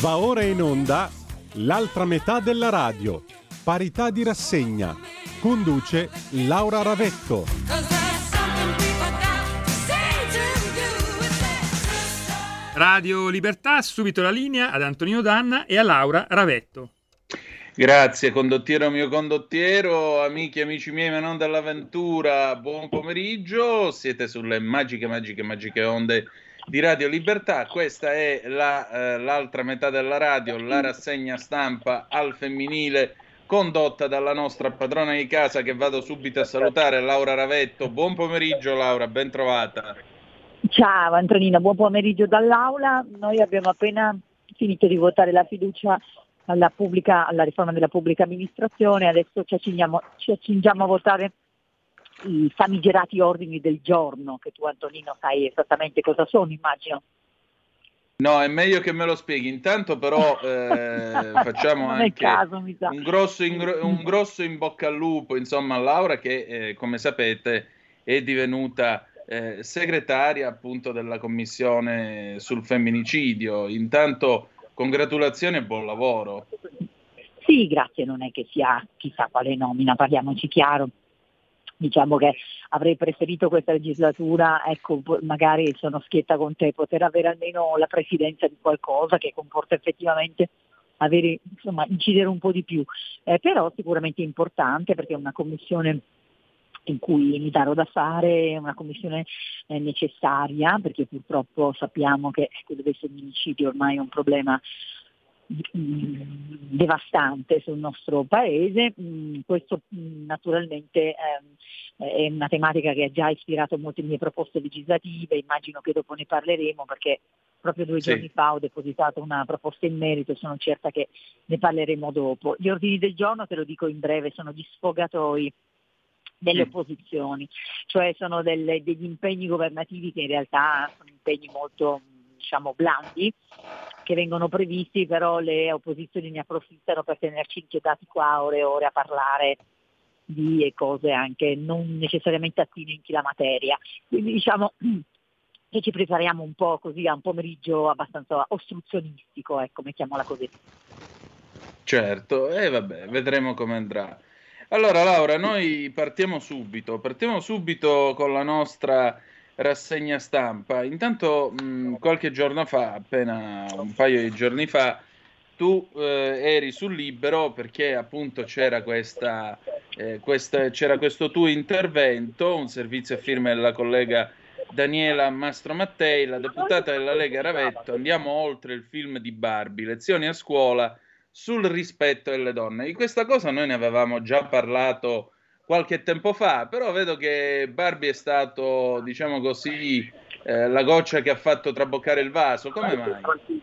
Va ora in onda l'altra metà della radio, parità di rassegna. Conduce Laura Ravetto. Radio Libertà, subito la linea ad Antonino Danna e a Laura Ravetto. Grazie condottiero mio condottiero, amici e amici miei ma non dall'avventura, buon pomeriggio, siete sulle magiche onde di Radio Libertà. Questa è l'altra metà della radio, la rassegna stampa al femminile condotta dalla nostra padrona di casa, che vado subito a salutare, Laura Ravetto. Buon pomeriggio Laura, ben trovata. Ciao Antonino, buon pomeriggio dall'aula. Noi abbiamo appena finito di votare la fiducia alla riforma della pubblica amministrazione, adesso ci accingiamo a votare i famigerati ordini del giorno, che tu Antonino sai esattamente cosa sono, immagino. No, è meglio che me lo spieghi. Intanto però facciamo anche un grosso in bocca al lupo, insomma, a Laura che come sapete è divenuta segretaria appunto della commissione sul femminicidio. Intanto congratulazioni e buon lavoro. Sì, grazie, non è che sia chissà quale nomina, parliamoci chiaro. Diciamo che avrei preferito questa legislatura, ecco, magari sono schietta con te, poter avere almeno la presidenza di qualcosa che comporta effettivamente incidere un po' di più, però sicuramente importante perché è una commissione in cui mi darò da fare, è una commissione necessaria, perché purtroppo sappiamo che quello del femminicidio ormai è un problema devastante sul nostro paese. Questo naturalmente è una tematica che ha già ispirato molte mie proposte legislative, immagino che dopo ne parleremo perché proprio 2 giorni fa ho depositato una proposta in merito, sono certa che ne parleremo dopo. Gli ordini del giorno, te lo dico in breve, sono gli sfogatoi delle opposizioni, cioè sono degli impegni governativi che in realtà sono impegni molto blandi, che vengono previsti, però le opposizioni ne approfittano per tenerci inchiodati qua ore e ore a parlare di cose anche non necessariamente attinenti la materia. Quindi diciamo che ci prepariamo un po' così a un pomeriggio abbastanza ostruzionistico, ecco, mettiamola così. Certo, e vabbè, vedremo come andrà. Allora Laura, noi partiamo subito con la nostra rassegna stampa. Intanto qualche giorno fa, appena un paio di giorni fa, tu eri sul Libero perché appunto c'era questo tuo intervento, un servizio a firma della collega Daniela Mastromattei, la deputata della Lega Ravetto. Andiamo oltre il film di Barbie, lezioni a scuola sul rispetto delle donne. Di questa cosa noi ne avevamo già parlato qualche tempo fa, però vedo che Barbie è stato, diciamo così, la goccia che ha fatto traboccare il vaso. Come mai?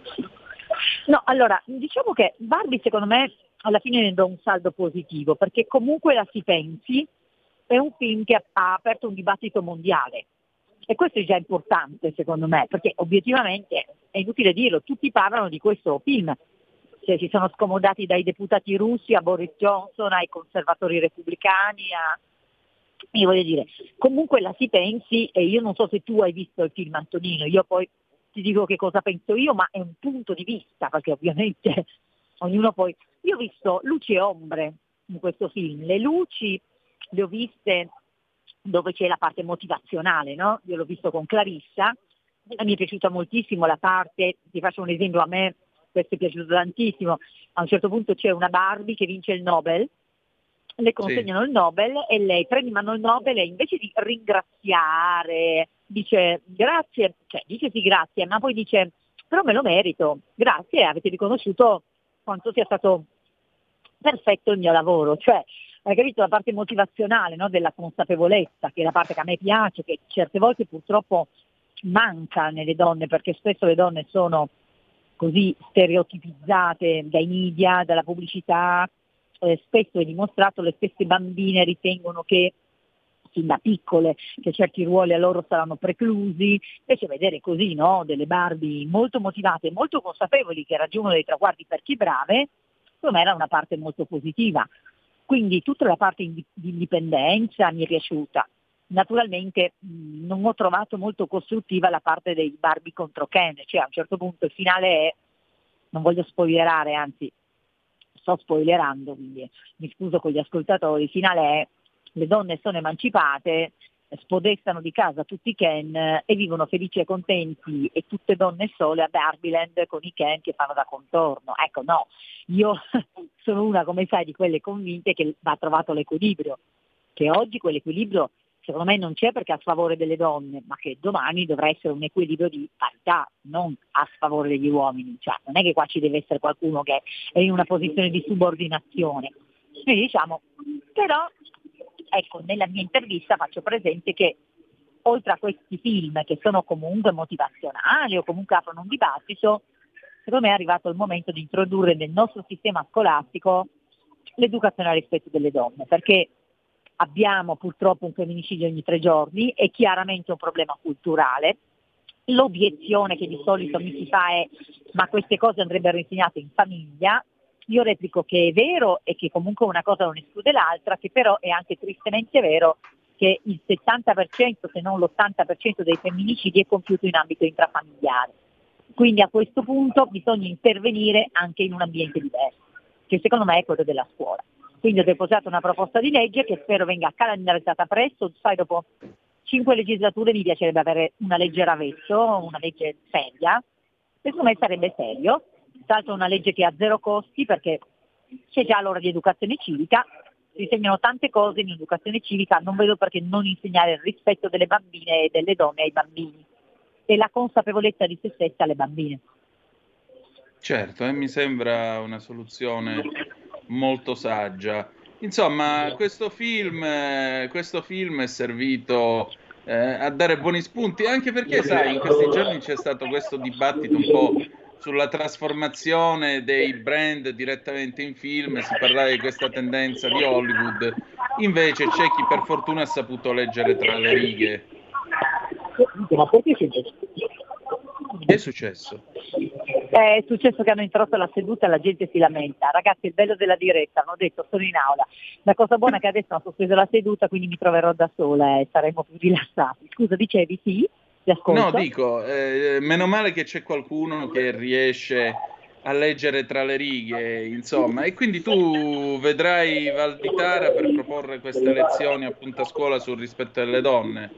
No, allora, diciamo che Barbie secondo me alla fine ne do un saldo positivo, perché comunque la si pensi, è un film che ha aperto un dibattito mondiale. E questo è già importante secondo me, perché obiettivamente è inutile dirlo, tutti parlano di questo film. Cioè, si sono scomodati dai deputati russi a Boris Johnson, ai conservatori repubblicani, io voglio dire, comunque la si pensi, e io non so se tu hai visto il film Antonino, io poi ti dico che cosa penso io, ma è un punto di vista, perché ovviamente ognuno poi... Io ho visto luci e ombre in questo film, le luci le ho viste dove c'è la parte motivazionale, no? Io l'ho visto con Clarissa, mi è piaciuta moltissimo la parte, ti faccio un esempio, a me questo è piaciuto tantissimo, a un certo punto c'è una Barbie che vince il Nobel, le consegnano il Nobel e lei premiano il Nobel e invece di ringraziare dice grazie, cioè dice sì grazie, ma poi dice però me lo merito, grazie, avete riconosciuto quanto sia stato perfetto il mio lavoro, cioè hai capito la parte motivazionale, no, della consapevolezza, che è la parte che a me piace, che certe volte purtroppo manca nelle donne, perché spesso le donne sono così stereotipizzate dai media, dalla pubblicità, spesso è dimostrato, le stesse bambine ritengono che sin da piccole che certi ruoli a loro saranno preclusi, invece vedere così, no, delle Barbie molto motivate, molto consapevoli che raggiungono dei traguardi perché brave, secondo me era una parte molto positiva. Quindi tutta la parte di indipendenza mi è piaciuta. Naturalmente non ho trovato molto costruttiva la parte dei Barbie contro Ken, cioè a un certo punto il finale è non voglio spoilerare, anzi sto spoilerando, quindi mi scuso con gli ascoltatori, il finale è: le donne sono emancipate, spodestano di casa tutti i Ken e vivono felici e contenti e tutte donne sole a Barbieland con i Ken che fanno da contorno. Ecco, no, io sono una, come sai, di quelle convinte che va trovato l'equilibrio, che oggi quell'equilibrio secondo me non c'è perché è a sfavore delle donne, ma che domani dovrà essere un equilibrio di parità, non a sfavore degli uomini. Cioè, non è che qua ci deve essere qualcuno che è in una posizione di subordinazione. Noi diciamo, però, ecco, nella mia intervista faccio presente che oltre a questi film che sono comunque motivazionali o comunque aprono un dibattito, secondo me è arrivato il momento di introdurre nel nostro sistema scolastico l'educazione al rispetto delle donne, perché abbiamo purtroppo un femminicidio ogni 3 giorni, è chiaramente un problema culturale. L'obiezione che di solito mi si fa è: ma queste cose andrebbero insegnate in famiglia. Io replico che è vero e che comunque una cosa non esclude l'altra, che però è anche tristemente vero che il 70%, se non l'80% dei femminicidi è compiuto in ambito intrafamiliare. Quindi a questo punto bisogna intervenire anche in un ambiente diverso, che secondo me è quello della scuola. Quindi ho depositato una proposta di legge che spero venga calendarizzata presto. Sai, dopo 5 legislature mi piacerebbe avere una legge Ravetto, una legge seria. Secondo me sarebbe serio. Tra l'altro una legge che ha 0 costi, perché c'è già l'ora di educazione civica, si insegnano tante cose in educazione civica, non vedo perché non insegnare il rispetto delle bambine e delle donne ai bambini e la consapevolezza di se stessa alle bambine. Certo, mi sembra una soluzione molto saggia. Insomma, questo film è servito a dare buoni spunti, anche perché, sai, in questi giorni c'è stato questo dibattito un po' sulla trasformazione dei brand direttamente in film, si parlava di questa tendenza di Hollywood, invece c'è chi per fortuna ha saputo leggere tra le righe. Ma perché c'è? Che è successo? È successo che hanno interrotto la seduta e la gente si lamenta. Ragazzi, il bello della diretta, hanno detto sono in aula. La cosa buona è che adesso hanno sospeso la seduta, quindi mi troverò da sola e saremo più rilassati. Scusa, dicevi sì? Ti ascolto. No, dico, meno male che c'è qualcuno che riesce a leggere tra le righe, insomma, e quindi tu vedrai Valditara per proporre queste lezioni appunto a scuola sul rispetto delle donne.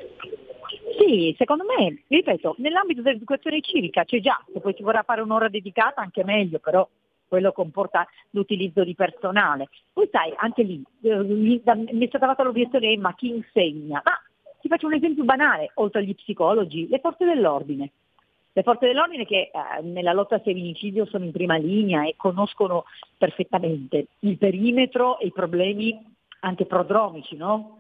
Sì, secondo me, ripeto, nell'ambito dell'educazione civica c'è già, se poi ci vorrà fare un'ora dedicata anche meglio, però quello comporta l'utilizzo di personale. Poi sai, anche lì, mi è stata fatta l'obiezione, ma chi insegna? Ma ti faccio un esempio banale, oltre agli psicologi, le forze dell'ordine. Le forze dell'ordine che nella lotta al femminicidio sono in prima linea e conoscono perfettamente il perimetro e i problemi anche prodromici, no?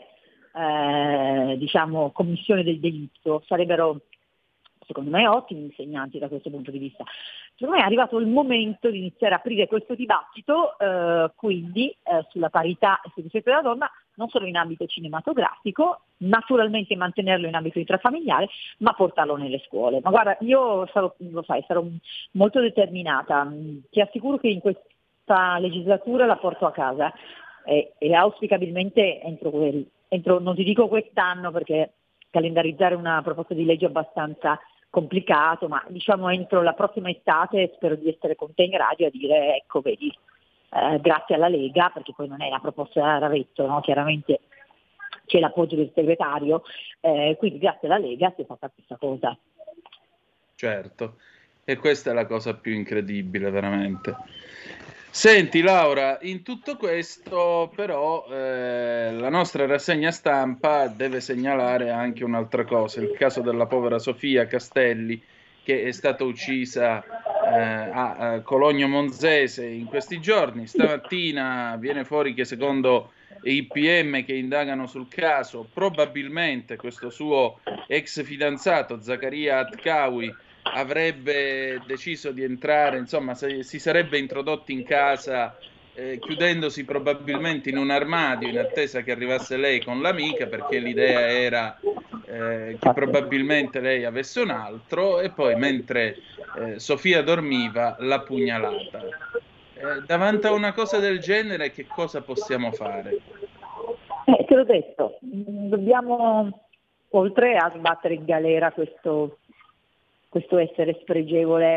Diciamo commissione del delitto, sarebbero secondo me ottimi insegnanti da questo punto di vista. Secondo me è arrivato il momento di iniziare a aprire questo dibattito, quindi sulla parità e sul rispetto della donna, non solo in ambito cinematografico, naturalmente mantenerlo in ambito intrafamiliare, ma portarlo nelle scuole. Ma guarda, io sarò molto determinata, ti assicuro che in questa legislatura la porto a casa e auspicabilmente entro, non ti dico quest'anno perché calendarizzare una proposta di legge è abbastanza complicato, ma diciamo entro la prossima estate spero di essere con te in radio a dire ecco vedi, grazie alla Lega, perché poi non è la proposta Ravetto, no? Chiaramente c'è l'appoggio del segretario, quindi grazie alla Lega si è fatta questa cosa. Certo, e questa è la cosa più incredibile veramente. Senti Laura, in tutto questo però la nostra rassegna stampa deve segnalare anche un'altra cosa, il caso della povera Sofia Castelli che è stata uccisa a Cologno Monzese in questi giorni. Stamattina viene fuori che secondo i PM che indagano sul caso probabilmente questo suo ex fidanzato Zaccaria Atkawi avrebbe deciso di entrare, insomma, si sarebbe introdotto in casa chiudendosi probabilmente in un armadio in attesa che arrivasse lei con l'amica, perché l'idea era che probabilmente lei avesse un altro, e poi mentre Sofia dormiva l'ha pugnalata. Davanti a una cosa del genere che cosa possiamo fare? Te l'ho detto, dobbiamo, oltre a sbattere in galera questo essere spregevole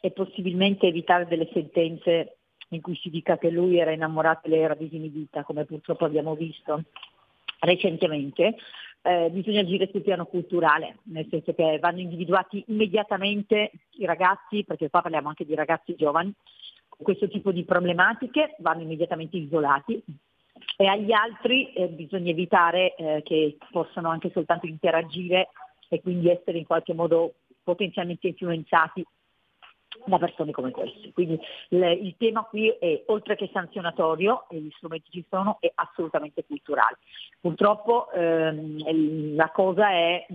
e possibilmente evitare delle sentenze in cui si dica che lui era innamorato e lei era disinibita, come purtroppo abbiamo visto recentemente. Bisogna agire sul piano culturale, nel senso che vanno individuati immediatamente i ragazzi, perché qua parliamo anche di ragazzi giovani, con questo tipo di problematiche, vanno immediatamente isolati, e agli altri bisogna evitare che possano anche soltanto interagire e quindi essere in qualche modo potenzialmente influenzati da persone come queste. Quindi il tema qui è, oltre che sanzionatorio, e gli strumenti ci sono, è assolutamente culturale. Purtroppo la cosa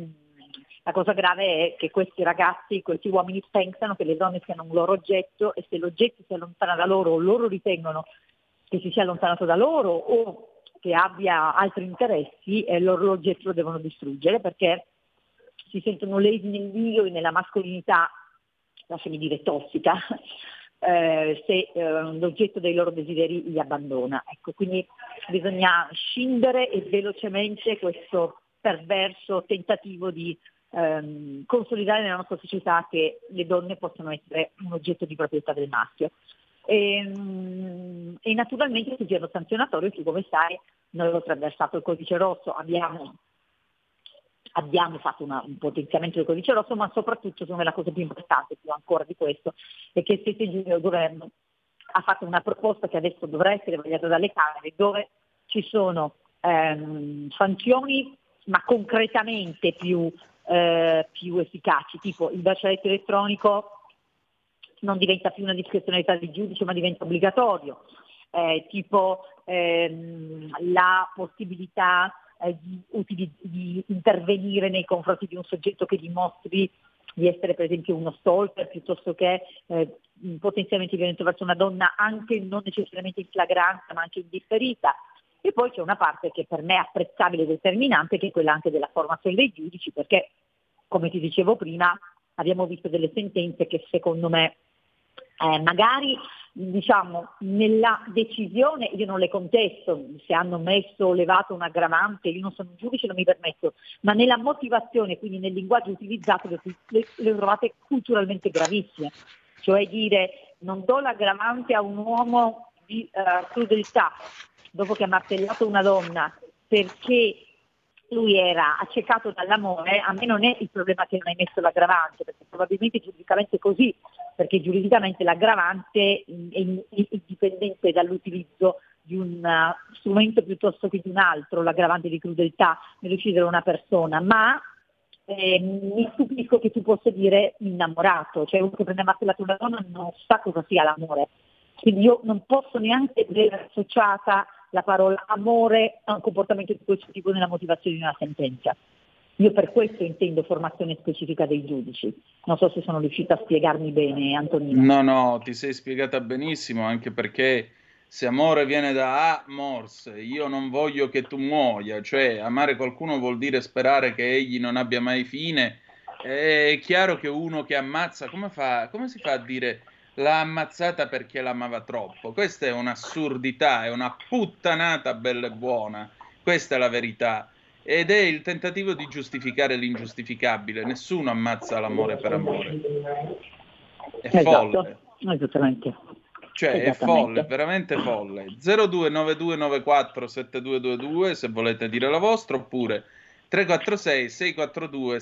grave è che questi ragazzi, questi uomini pensano che le donne siano un loro oggetto, e se l'oggetto si allontana da loro o loro ritengono che si sia allontanato da loro o che abbia altri interessi, loro l'oggetto lo devono distruggere, perché si sentono lesi nell'io e nella mascolinità, lasciami dire tossica, se l'oggetto dei loro desideri li abbandona. Ecco, quindi bisogna scindere e velocemente questo perverso tentativo di consolidare nella nostra società che le donne possono essere un oggetto di proprietà del maschio. E naturalmente sul piano sanzionatorio, tu come sai, noi abbiamo attraversato il codice rosso, abbiamo fatto un potenziamento del codice rosso, ma soprattutto, secondo me, la cosa più importante, più ancora di questo, è che il 7 giugno il governo ha fatto una proposta che adesso dovrà essere vagliata dalle Camere, dove ci sono sanzioni, ma concretamente più efficaci, tipo il braccialetto elettronico non diventa più una discrezionalità del giudice, ma diventa obbligatorio, tipo la possibilità di intervenire nei confronti di un soggetto che dimostri di essere per esempio uno stalker, piuttosto che potenzialmente violento verso una donna, anche non necessariamente in flagranza ma anche in differita. E poi c'è una parte che per me è apprezzabile e determinante, che è quella anche della formazione dei giudici, perché come ti dicevo prima abbiamo visto delle sentenze che secondo me magari nella decisione, io non le contesto, se hanno messo o levato un aggravante, io non sono un giudice, non mi permetto, ma nella motivazione, quindi nel linguaggio utilizzato, le trovate culturalmente gravissime, cioè dire non do l'aggravante a un uomo di crudeltà dopo che ha martellato una donna perché lui era accecato dall'amore. A me non è il problema che non hai messo l'aggravante, perché probabilmente giuridicamente è così, perché giuridicamente l'aggravante è dipendente dall'utilizzo di un strumento piuttosto che di un altro, l'aggravante di crudeltà nell'uccidere una persona, ma mi stupisco che tu possa dire innamorato, cioè uno che prende martellato una donna non sa cosa sia l'amore, quindi io non posso neanche vedere associata la parola amore a un comportamento di questo tipo nella motivazione di una sentenza. Io per questo intendo formazione specifica dei giudici. Non so se sono riuscita a spiegarmi bene, Antonino. No, ti sei spiegata benissimo, anche perché se amore viene da amors, io non voglio che tu muoia, cioè amare qualcuno vuol dire sperare che egli non abbia mai fine. È chiaro che uno che ammazza, come si fa a dire l'ha ammazzata perché l'amava troppo? Questa è un'assurdità, è una puttanata bella e buona, questa è la verità. Ed è il tentativo di giustificare l'ingiustificabile. Nessuno ammazza l'amore per amore. È Esatto, folle. esattamente. Cioè, è folle, è Esattamente. veramente folle. 0292947222 se volete dire la vostra, oppure 346 642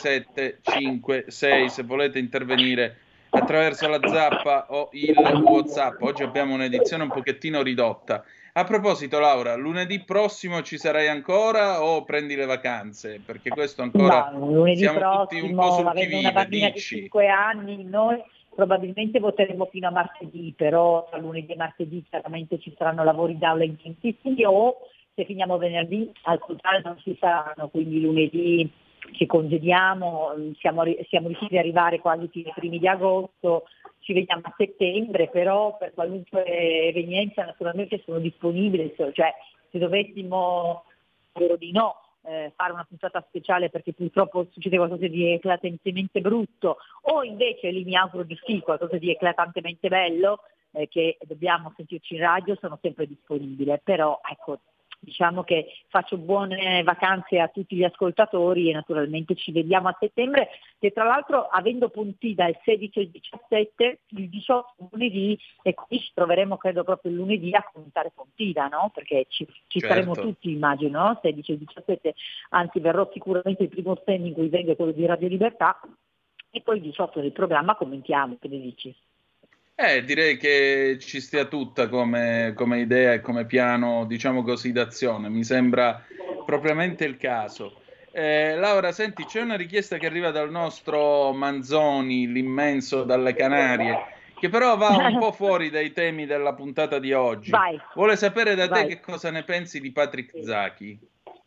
7756 se volete intervenire attraverso la zappa o il WhatsApp. Oggi abbiamo un'edizione un pochettino ridotta. A proposito, Laura, lunedì prossimo ci sarai ancora o prendi le vacanze? Perché questo ancora No, lunedì siamo tutti un po' prossimo, sul chi avendo una vive, bambina di dici? 5 anni, noi probabilmente voteremo fino a martedì, però tra lunedì e martedì chiaramente ci saranno lavori d'aula intensissimi, o se finiamo venerdì al contrario non ci saranno, quindi lunedì ci congediamo, siamo riusciti ad arrivare quasi fino ai primi di agosto, ci vediamo a settembre, però per qualunque evenienza naturalmente sono disponibile, cioè se dovessimo, spero di no, fare una puntata speciale perché purtroppo succede qualcosa di eclatantemente brutto, o invece lì mi auguro di sì, qualcosa di eclatantemente bello, che dobbiamo sentirci in radio, sono sempre disponibile, però ecco, diciamo che faccio buone vacanze a tutti gli ascoltatori e naturalmente ci vediamo a settembre, che tra l'altro avendo punti dal 16 al 17, il 18 lunedì, e qui ci troveremo credo proprio il lunedì a commentare Pontida, no? Perché ci saremo Certo. tutti, immagino, no? 16 e 17, anzi verrò sicuramente il primo stand in cui venga quello di Radio Libertà, e poi il 18 del programma commentiamo, che ne dici? Direi che ci stia tutta come idea e come piano, diciamo così, d'azione. Mi sembra propriamente il caso. Laura, senti, c'è una richiesta che arriva dal nostro Manzoni, l'immenso dalle Canarie, che però va un po' fuori dai temi della puntata di oggi. Vai, Vuole sapere da te vai. che cosa ne pensi di Patrick Zaki.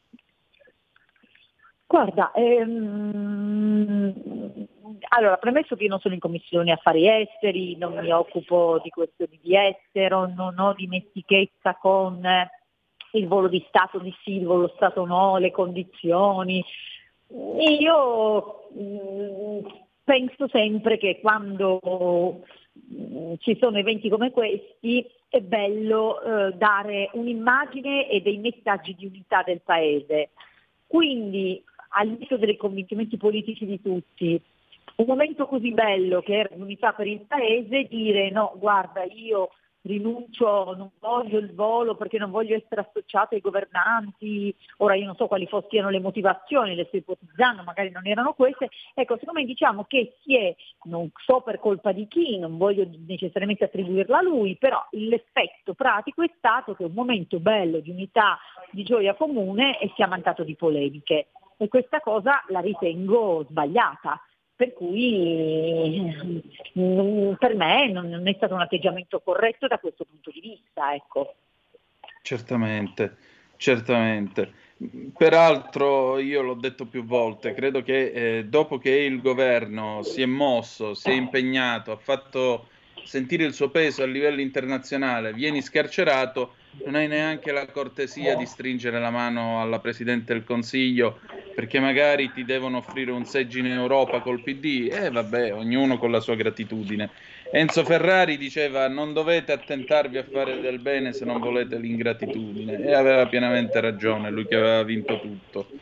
Guarda, allora, premesso che io non sono in commissione affari esteri, non mi occupo di questioni di estero, non ho dimestichezza con il volo di Stato di sì, il volo Stato no, le condizioni. Io penso sempre che quando ci sono eventi come questi è bello dare un'immagine e dei messaggi di unità del Paese. Quindi, all'inizio dei convincimenti politici di tutti, un momento così bello che era l'unità per il Paese, dire no, guarda, io rinuncio, non voglio il volo perché non voglio essere associato ai governanti, ora io non so quali fossero le motivazioni, le sto ipotizzando, magari non erano queste, ecco, secondo me diciamo che si è, non so per colpa di chi, non voglio necessariamente attribuirla a lui, però l'effetto pratico è stato che un momento bello di unità, di gioia comune, e sia mancato di polemiche, e questa cosa la ritengo sbagliata. Per cui per me non è stato un atteggiamento corretto da questo punto di vista, ecco. Certamente, certamente. Peraltro, io l'ho detto più volte, credo che dopo che il governo si è mosso, si è impegnato, ha fatto sentire il suo peso a livello internazionale, vieni scarcerato, non hai neanche la cortesia di stringere la mano alla Presidente del Consiglio perché magari ti devono offrire un seggio in Europa col PD, e vabbè, ognuno con la sua gratitudine. Enzo Ferrari diceva: non dovete attentarvi a fare del bene se non volete l'ingratitudine, e aveva pienamente ragione, lui che aveva vinto tutto.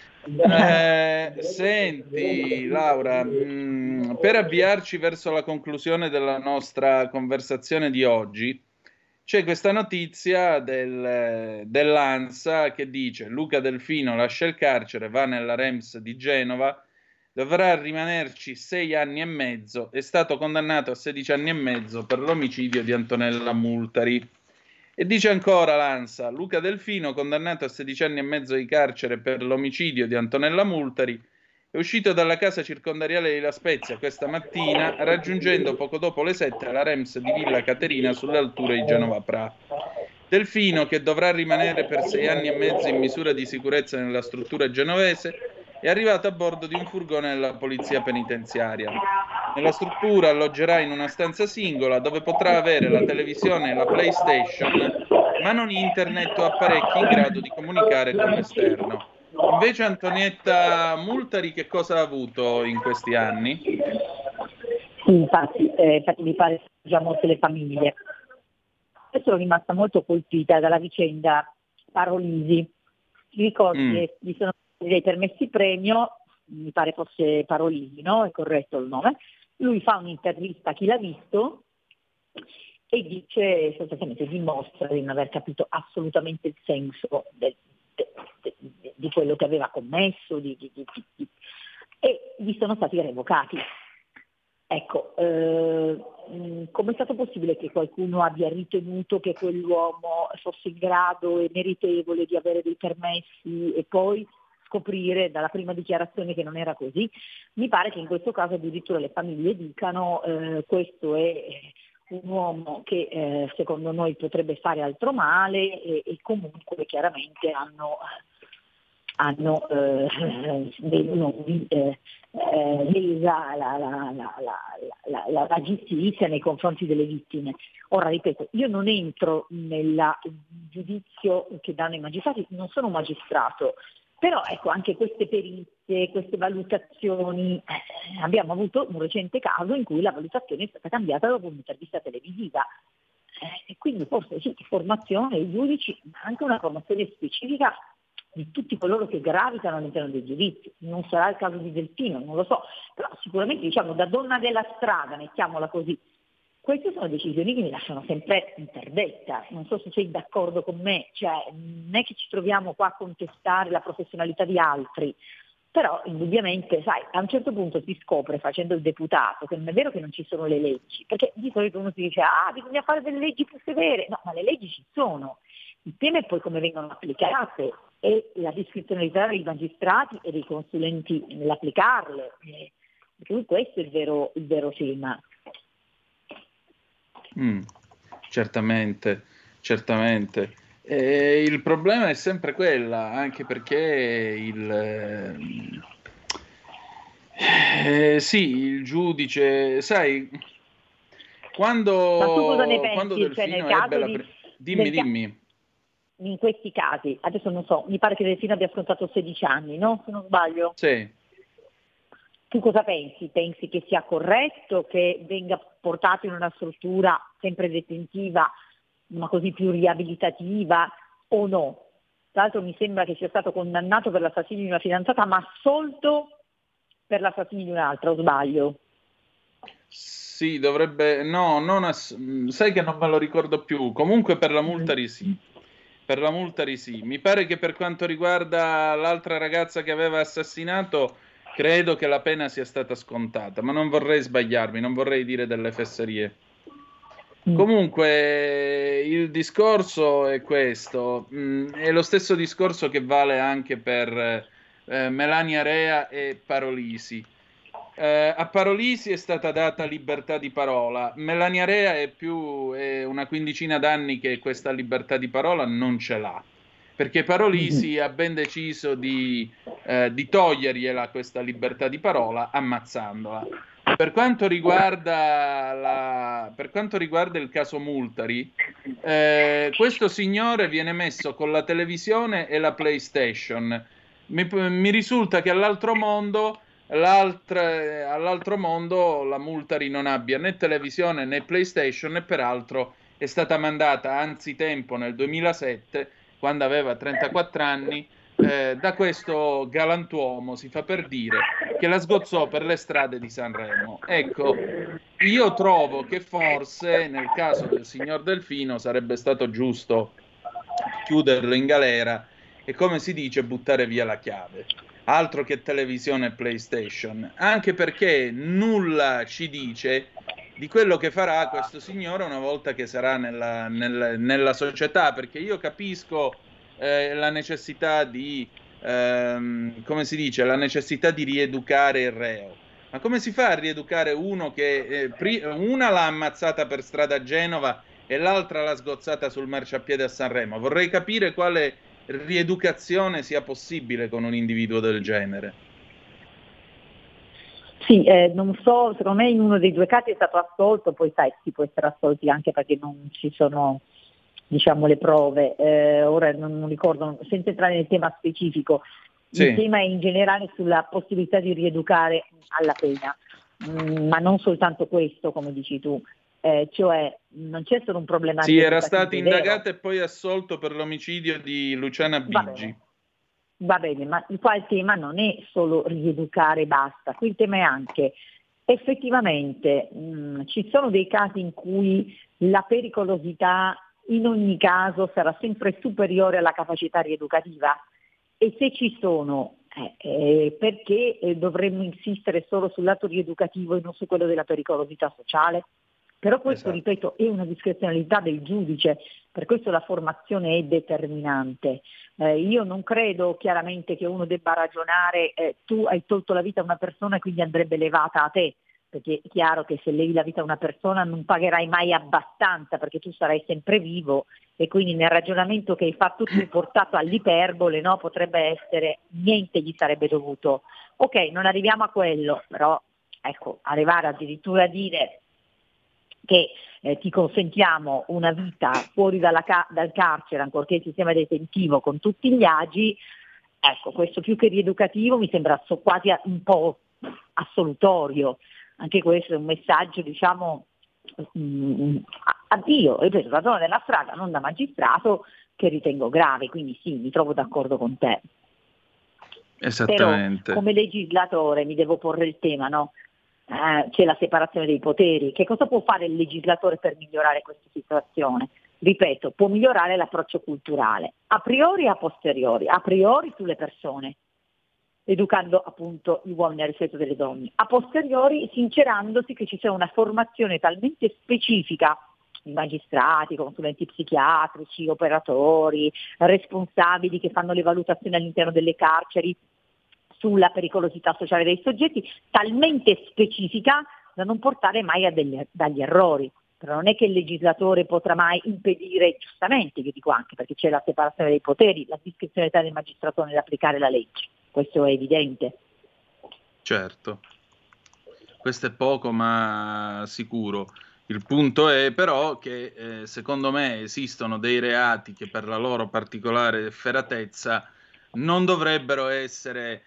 Senti, Laura, per avviarci verso la conclusione della nostra conversazione di oggi, c'è questa notizia dell'ANSA che dice: Luca Delfino lascia il carcere, va nella REMS di Genova, dovrà rimanerci 6 anni e mezzo, è stato condannato a 16 anni e mezzo per l'omicidio di Antonella Multari. E dice ancora l'ANSA: Luca Delfino, condannato a 16 anni e mezzo di carcere per l'omicidio di Antonella Multari, è uscito dalla casa circondariale di La Spezia questa mattina, raggiungendo poco dopo le 7 la REMS di Villa Caterina sulle alture di Genova Pra. Delfino, che dovrà rimanere per 6 anni e mezzo in misura di sicurezza nella struttura genovese, è arrivato a bordo di un furgone della polizia penitenziaria. Nella struttura alloggerà in una stanza singola dove potrà avere la televisione e la PlayStation, ma non internet o apparecchi in grado di comunicare con l'esterno. Invece Antonietta Multari che cosa ha avuto in questi anni? Sì, infatti mi pare già molte le famiglie. Io sono rimasta molto colpita dalla vicenda Parolisi. Ti ricordi che gli sono dei permessi premio, mi pare fosse Parolisi, no? È corretto il nome? Lui fa un'intervista a chi l'ha visto e dice, sostanzialmente dimostra di non aver capito assolutamente il senso di quello che aveva commesso e gli sono stati revocati. Ecco, come è stato possibile che qualcuno abbia ritenuto che quell'uomo fosse in grado e meritevole di avere dei permessi e poi scoprire dalla prima dichiarazione che non era così? Mi pare che in questo caso addirittura le famiglie dicano questo è un uomo che secondo noi potrebbe fare altro male e comunque chiaramente hanno lesa la giustizia nei confronti delle vittime. Ora ripeto, io non entro nel giudizio che danno i magistrati, non sono un magistrato, però ecco, anche queste perizie, queste valutazioni, abbiamo avuto un recente caso in cui la valutazione è stata cambiata dopo un'intervista televisiva. E quindi forse sì, formazione dei giudici, ma anche una formazione specifica di tutti coloro che gravitano all'interno dei giudizi. Non sarà il caso di Delfino, non lo so, però sicuramente diciamo da donna della strada, mettiamola così, queste sono decisioni che mi lasciano sempre interdetta. Non so se sei d'accordo con me, cioè non è che ci troviamo qua a contestare la professionalità di altri, però indubbiamente, sai, a un certo punto si scopre facendo il deputato che non è vero che non ci sono le leggi, perché di solito uno si dice bisogna fare delle leggi più severe, no, ma le leggi ci sono, il tema è poi come vengono applicate e la discrezionalità dei magistrati e dei consulenti nell'applicarle, perché questo è il vero tema. Certamente, certamente. Il problema è sempre quella, anche perché sì, il giudice, sai, Ma tu cosa ne quando pensi? Cioè, nel Delfino ebbe caso la... di, Dimmi, nel ca- dimmi. in questi casi, adesso non so, mi pare che Delfino abbia scontato 16 anni, no? Se non sbaglio. Sì. Tu cosa pensi? Pensi che sia corretto che venga portato in una struttura sempre detentiva, ma così più riabilitativa, o no? Tra l'altro mi sembra che sia stato condannato per l'assassinio di una fidanzata, ma assolto per l'assassinio di un'altra, o sbaglio? Sì, dovrebbe... No, sai che non me lo ricordo più. Comunque per la multa sì. Per la multa sì. Mi pare che per quanto riguarda l'altra ragazza che aveva assassinato, credo che la pena sia stata scontata, ma non vorrei sbagliarmi, non vorrei dire delle fesserie. Comunque il discorso è questo, è lo stesso discorso che vale anche per Melania Rea e Parolisi. A Parolisi è stata data libertà di parola, Melania Rea è una quindicina d'anni che questa libertà di parola non ce l'ha, perché Parolisi ha ben deciso di togliergliela questa libertà di parola ammazzandola. Per quanto riguarda il caso Multari, questo signore viene messo con la televisione e la PlayStation. Mi risulta che all'altro mondo la Multari non abbia né televisione né PlayStation e peraltro è stata mandata anzitempo nel 2007, quando aveva 34 anni, da questo galantuomo, si fa per dire, che la sgozzò per le strade di Sanremo. Ecco, io trovo che forse nel caso del signor Delfino sarebbe stato giusto chiuderlo in galera e, come si dice, buttare via la chiave. Altro che televisione e PlayStation, anche perché nulla ci dice di quello che farà questo signore una volta che sarà nella società, perché io capisco la necessità come si dice, la necessità di rieducare il reo. Ma come si fa a rieducare uno che una l'ha ammazzata per strada a Genova e l'altra l'ha sgozzata sul marciapiede a Sanremo? Vorrei capire quale rieducazione sia possibile con un individuo del genere. Sì, non so, secondo me in uno dei due casi è stato assolto, poi sai, si può essere assolti anche perché non ci sono, diciamo, le prove, ora non ricordo, senza entrare nel tema specifico, Sì. Il tema è in generale sulla possibilità di rieducare alla pena, ma non soltanto questo, come dici tu, cioè non c'è solo un problema Sì, era rieducativo, stato è vero. indagato e poi assolto per l'omicidio di Luciana Bigi. Va bene, ma qua il tema non è solo rieducare e basta, qui il tema è anche effettivamente ci sono dei casi in cui la pericolosità in ogni caso sarà sempre superiore alla capacità rieducativa e se ci sono perché dovremmo insistere solo sul lato rieducativo e non su quello della pericolosità sociale? Però questo, Esatto. ripeto, è una discrezionalità del giudice, per questo la formazione è determinante. Io non credo chiaramente che uno debba ragionare, tu hai tolto la vita a una persona e quindi andrebbe levata a te, perché è chiaro che se levi la vita a una persona non pagherai mai abbastanza perché tu sarai sempre vivo e quindi nel ragionamento che hai fatto tu portato all'iperbole, no, potrebbe essere niente gli sarebbe dovuto. Ok, non arriviamo a quello, però ecco, arrivare addirittura a dire che ti consentiamo una vita fuori dal carcere, ancorché il sistema detentivo con tutti gli agi, ecco, questo più che rieducativo mi sembra quasi un po' assolutorio. Anche questo è un messaggio, diciamo, Io, ripeto, da donna della strada, non da magistrato, che ritengo grave, quindi sì, mi trovo d'accordo con te. Esattamente. Però come legislatore mi devo porre il tema, no? C'è la separazione dei poteri. Che cosa può fare il legislatore per migliorare questa situazione? Ripeto, può migliorare l'approccio culturale, a priori e a posteriori, a priori sulle persone, educando appunto gli uomini al rispetto delle donne, a posteriori sincerandosi che ci sia una formazione talmente specifica di magistrati, consulenti psichiatrici, operatori, responsabili che fanno le valutazioni all'interno delle carceri sulla pericolosità sociale dei soggetti, talmente specifica da non portare mai dagli errori. Però non è che il legislatore potrà mai impedire, giustamente, io dico anche perché c'è la separazione dei poteri, la discrezionalità del magistrato nell'applicare la legge, questo è evidente. Certo, questo è poco ma sicuro. Il punto è però che secondo me esistono dei reati che per la loro particolare efferatezza non dovrebbero essere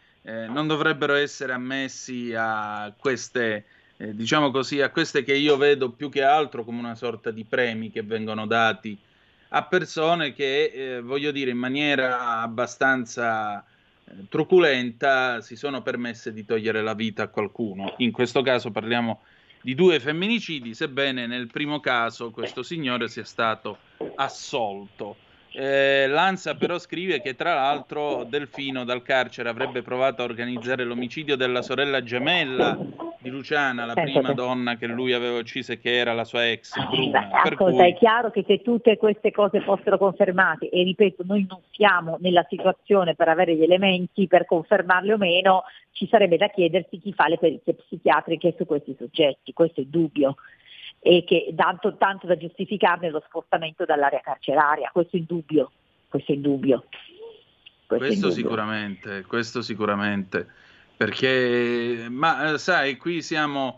ammessi a queste diciamo così, a queste che io vedo più che altro come una sorta di premi che vengono dati a persone che, voglio dire, in maniera abbastanza truculenta si sono permesse di togliere la vita a qualcuno. In questo caso parliamo di 2 femminicidi, sebbene nel primo caso questo signore sia stato assolto. L'ANSA però scrive che tra l'altro Delfino dal carcere avrebbe provato a organizzare l'omicidio della sorella gemella di Luciana, la prima donna che lui aveva ucciso e che era la sua ex Bruna. È chiaro che se tutte queste cose fossero confermate, e ripeto, noi non siamo nella situazione per avere gli elementi per confermarle o meno, ci sarebbe da chiedersi chi fa le perizie psichiatriche su questi soggetti, questo è dubbio. E che tanto da giustificarne lo spostamento dall'area carceraria, questo è indubbio. Questo sicuramente, perché, ma sai, qui siamo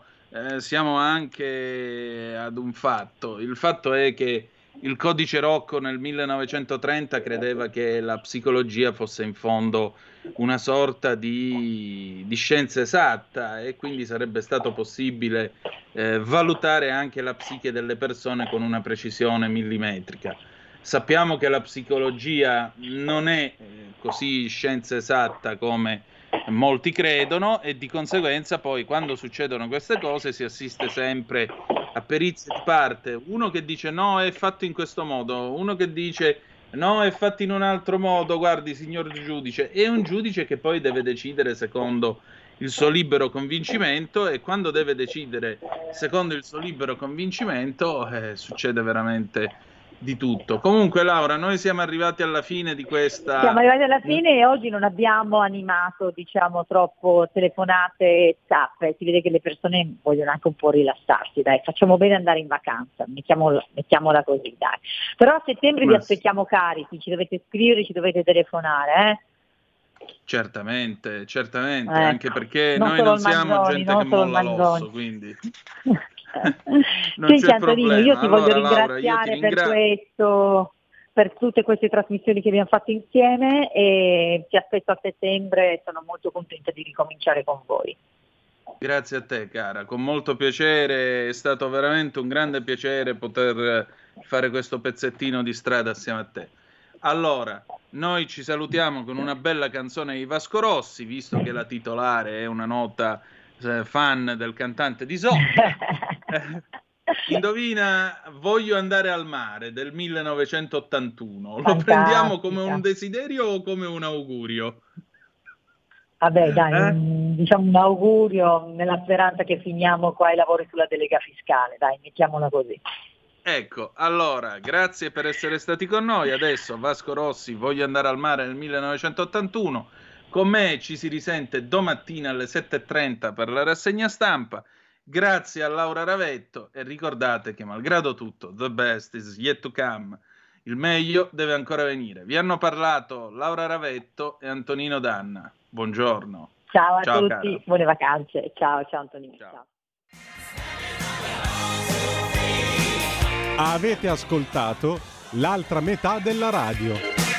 anche ad un fatto. Il fatto è che il codice Rocco nel 1930 credeva che la psicologia fosse in fondo una sorta di scienza esatta e quindi sarebbe stato possibile valutare anche la psiche delle persone con una precisione millimetrica. Sappiamo che la psicologia non è così scienza esatta come molti credono e di conseguenza poi quando succedono queste cose si assiste sempre a perizie di parte, uno che dice no è fatto in questo modo, uno che dice no è fatto in un altro modo, guardi signor giudice, e un giudice che poi deve decidere secondo il suo libero convincimento e quando deve decidere secondo il suo libero convincimento succede veramente di tutto. Comunque Laura, noi siamo arrivati alla fine di questa... Siamo arrivati alla fine e oggi non abbiamo animato, diciamo, troppo telefonate e tappe. Si vede che le persone vogliono anche un po' rilassarsi, dai, facciamo bene andare in vacanza, mettiamola così, dai. Però a settembre vi aspettiamo carichi, ci dovete scrivere, ci dovete telefonare, Certamente, anche perché noi non siamo gente che molla l'osso, quindi... Senti Antonino, io ti voglio ringraziare per questo, per tutte queste trasmissioni che abbiamo fatto insieme e ti aspetto a settembre, sono molto contenta di ricominciare con voi. Grazie a te cara, con molto piacere, è stato veramente un grande piacere poter fare questo pezzettino di strada assieme a te. Allora, noi ci salutiamo con una bella canzone di Vasco Rossi, visto che la titolare è una nota fan del cantante di Isotta. Indovina Voglio andare al mare del 1981. Lo prendiamo come un desiderio o come un augurio? Vabbè dai, diciamo un augurio nella speranza che finiamo qua i lavori sulla delega fiscale, dai, mettiamola così. Ecco, allora, grazie per essere stati con noi. Adesso Vasco Rossi, Voglio andare al mare nel 1981. Con me ci si risente domattina alle 7:30 per la rassegna stampa. Grazie a Laura Ravetto e ricordate che malgrado tutto, the best is yet to come. Il meglio deve ancora venire. Vi hanno parlato Laura Ravetto e Antonino Danna. Buongiorno. Ciao a tutti, cara. Buone vacanze. Ciao Antonino. Ciao. Avete ascoltato l'altra metà della radio.